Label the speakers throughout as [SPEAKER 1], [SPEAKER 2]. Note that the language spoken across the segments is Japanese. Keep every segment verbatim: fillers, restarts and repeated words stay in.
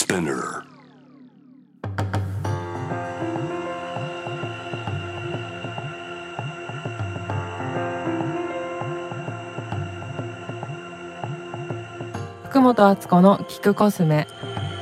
[SPEAKER 1] Spinner.
[SPEAKER 2] 福本敦子の聞くコスメ。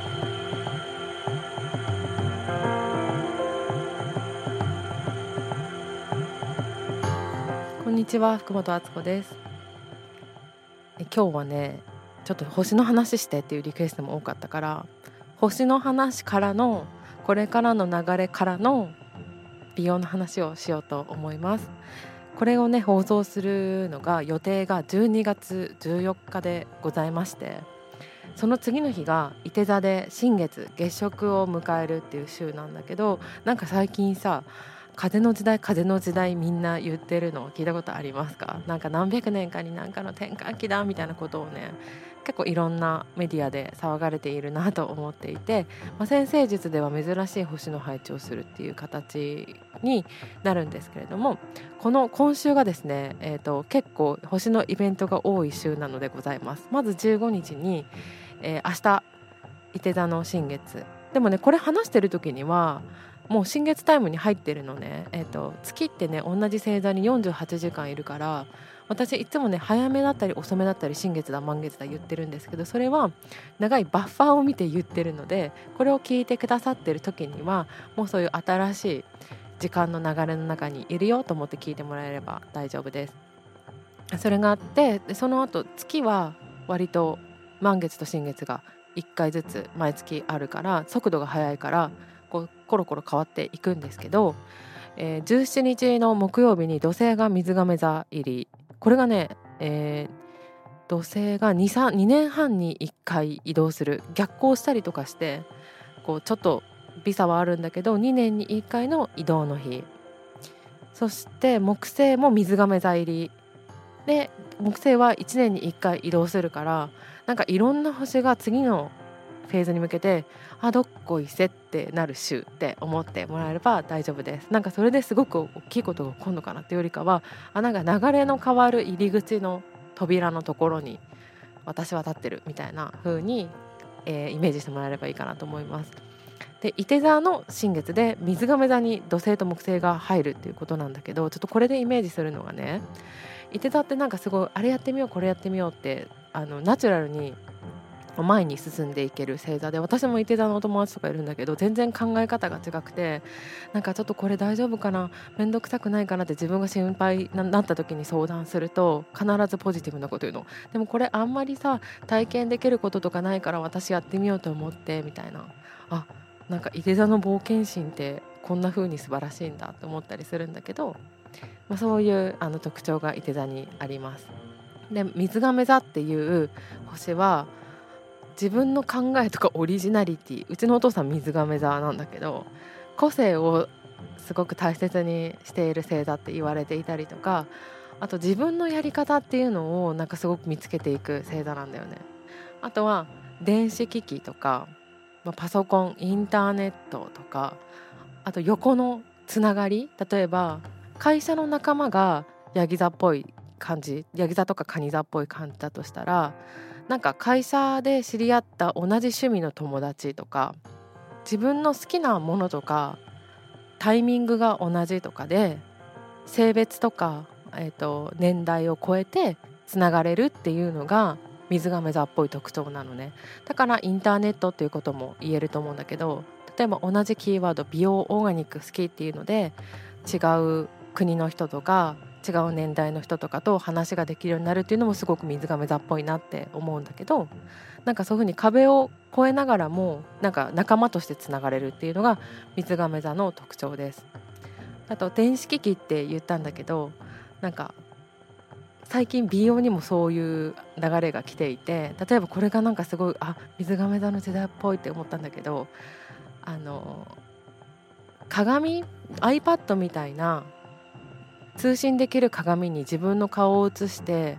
[SPEAKER 2] こんにちは、福本敦子です。え今日はねちょっと星の話してっていうリクエストも多かったから、星の話からのこれからの流れからの美容の話をしようと思います。これをね放送するのが予定がじゅうにがつじゅうよっかでございまして、その次の日がいて座で新月月食を迎えるっていう週なんだけど、なんか最近さ風の時代風の時代みんな言ってるのを聞いたことありますか？なんか何百年かに何かの転換期だみたいなことをね結構いろんなメディアで騒がれているなと思っていて、まあ、占星術では珍しい星の配置をするっていう形になるんですけれども、この今週がですね、えーと、結構星のイベントが多い週なのでございます。まずじゅうごにちに、えー、明日いて座の新月でもね、これ話してる時にはもう新月タイムに入ってるのね、えーと、月ってね同じ星座によんじゅうはちじかんいるから、私いつもね早めだったり遅めだったり新月だ満月だ言ってるんですけど、それは長いバッファーを見て言ってるので、これを聞いてくださってる時にはもうそういう新しい時間の流れの中にいるよと思って聞いてもらえれば大丈夫です。それがあって、でその後月は割と満月と新月がいっかいずつ毎月あるから速度が速いからこうコロコロ変わっていくんですけど、えー、じゅうしちにちの木曜日に土星が水亀座入り、これがね、えー、土星が 2, 3 にねんはんにいっかい移動する、逆行したりとかしてこうちょっと微差はあるんだけどにねんにいっかいの移動の日。そして木星も水亀座入りで、木星はいちねんにいっかい移動するから、なんかいろんな星が次のフェーズに向けてあどっこいせってなる週って思ってもらえれば大丈夫です。なんかそれですごく大きいことが起こるのかなっていうよりかは、あなんか流れの変わる入り口の扉のところに私は立ってるみたいな風に、えー、イメージしてもらえればいいかなと思います。でいて座の新月で水亀座に土星と木星が入るっていうことなんだけど、ちょっとこれでイメージするのがね、いて座ってなんかすごいあれやってみようこれやってみようってあのナチュラルに前に進んでいける星座で、私もいて座のお友達とかいるんだけど全然考え方が違くて、なんかちょっとこれ大丈夫かなめんどくさくないかなって自分が心配になった時に相談すると必ずポジティブなこと言うの。でもこれあんまりさ体験できることとかないから私やってみようと思ってみたいな、あなんかいて座の冒険心ってこんな風に素晴らしいんだと思ったりするんだけど、まあ、そういうあの特徴がいて座にあります。で水亀座っていう星は自分の考えとかオリジナリティ、うちのお父さん水亀座なんだけど個性をすごく大切にしている星座って言われていたりとか、あと自分のやり方っていうのをなんかすごく見つけていく星座なんだよね。あとは電子機器とか、まあ、パソコンインターネットとか、あと横のつながり、例えば会社の仲間がヤギ座っぽい感じ、ヤギ座とかカニ座っぽい感じだとしたら、なんか会社で知り合った同じ趣味の友達とか自分の好きなものとかタイミングが同じとかで性別とか、えーと、年代を超えてつながれるっていうのが水亀座っぽい特徴なのね。だからインターネットっていうことも言えると思うんだけど、例えば同じキーワード美容オーガニック好きっていうので違う国の人とか違う年代の人とかと話ができるようになるっていうのもすごく水亀座っぽいなって思うんだけど、なんかそういう風に壁を越えながらもなんか仲間としてつながれるっていうのが水亀座の特徴です。あと電子機器って言ったんだけど、なんか最近美容にもそういう流れが来ていて、例えばこれがなんかすごいあ水亀座の時代っぽいって思ったんだけど、あの鏡 iPad みたいな通信できる鏡に自分の顔を映して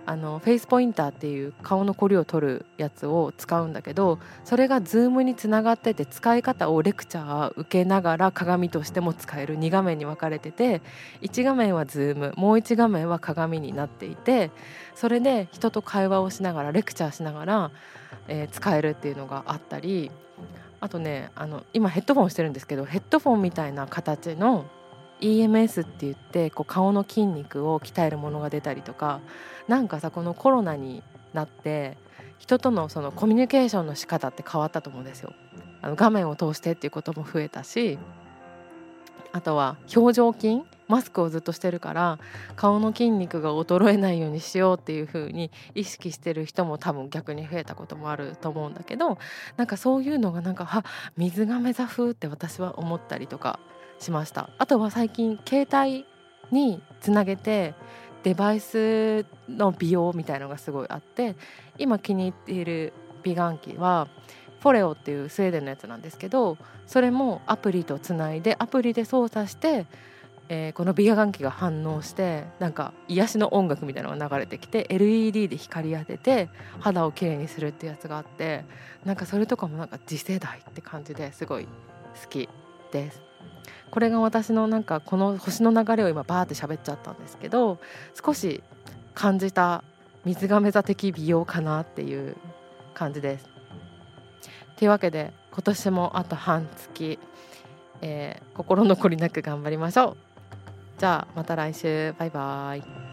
[SPEAKER 2] あのフェイスポインターっていう顔の彫りを取るやつを使うんだけど、それがズームにつながってて、使い方をレクチャー受けながら鏡としても使えるに画面に分かれてて、いち画面はズーム、もういち画面は鏡になっていて、それで人と会話をしながらレクチャーしながら、えー使えるっていうのがあったり、あとね、あの今ヘッドフォンしてるんですけど、ヘッドフォンみたいな形の イーエムエス って言って、こう顔の筋肉を鍛えるものが出たりとか、なんかさ、このコロナになって人とのそのコミュニケーションの仕方って変わったと思うんですよ。あの画面を通してっていうことも増えたし、あとは表情筋、マスクをずっとしてるから顔の筋肉が衰えないようにしようっていう風に意識してる人も多分逆に増えたこともあると思うんだけど、なんかそういうのがなんかは水亀座風って私は思ったりとかしました。あとは最近携帯につなげてデバイスの美容みたいのがすごいあって、今気に入っている美顔器はフォレオっていうスウェーデンのやつなんですけど、それもアプリとつないでアプリで操作して、えーこの美顔器が反応してなんか癒しの音楽みたいなのが流れてきて エルイーディー で光当てて肌をきれいにするってやつがあって、なんかそれとかもなんか次世代って感じですごい好きです。これが私のなんかこの星の流れを今バーって喋っちゃったんですけど、少し感じた水亀座的美容かなっていう感じです。というわけで今年もあと半月、えー心残りなく頑張りましょう。じゃあまた来週、バイバイ。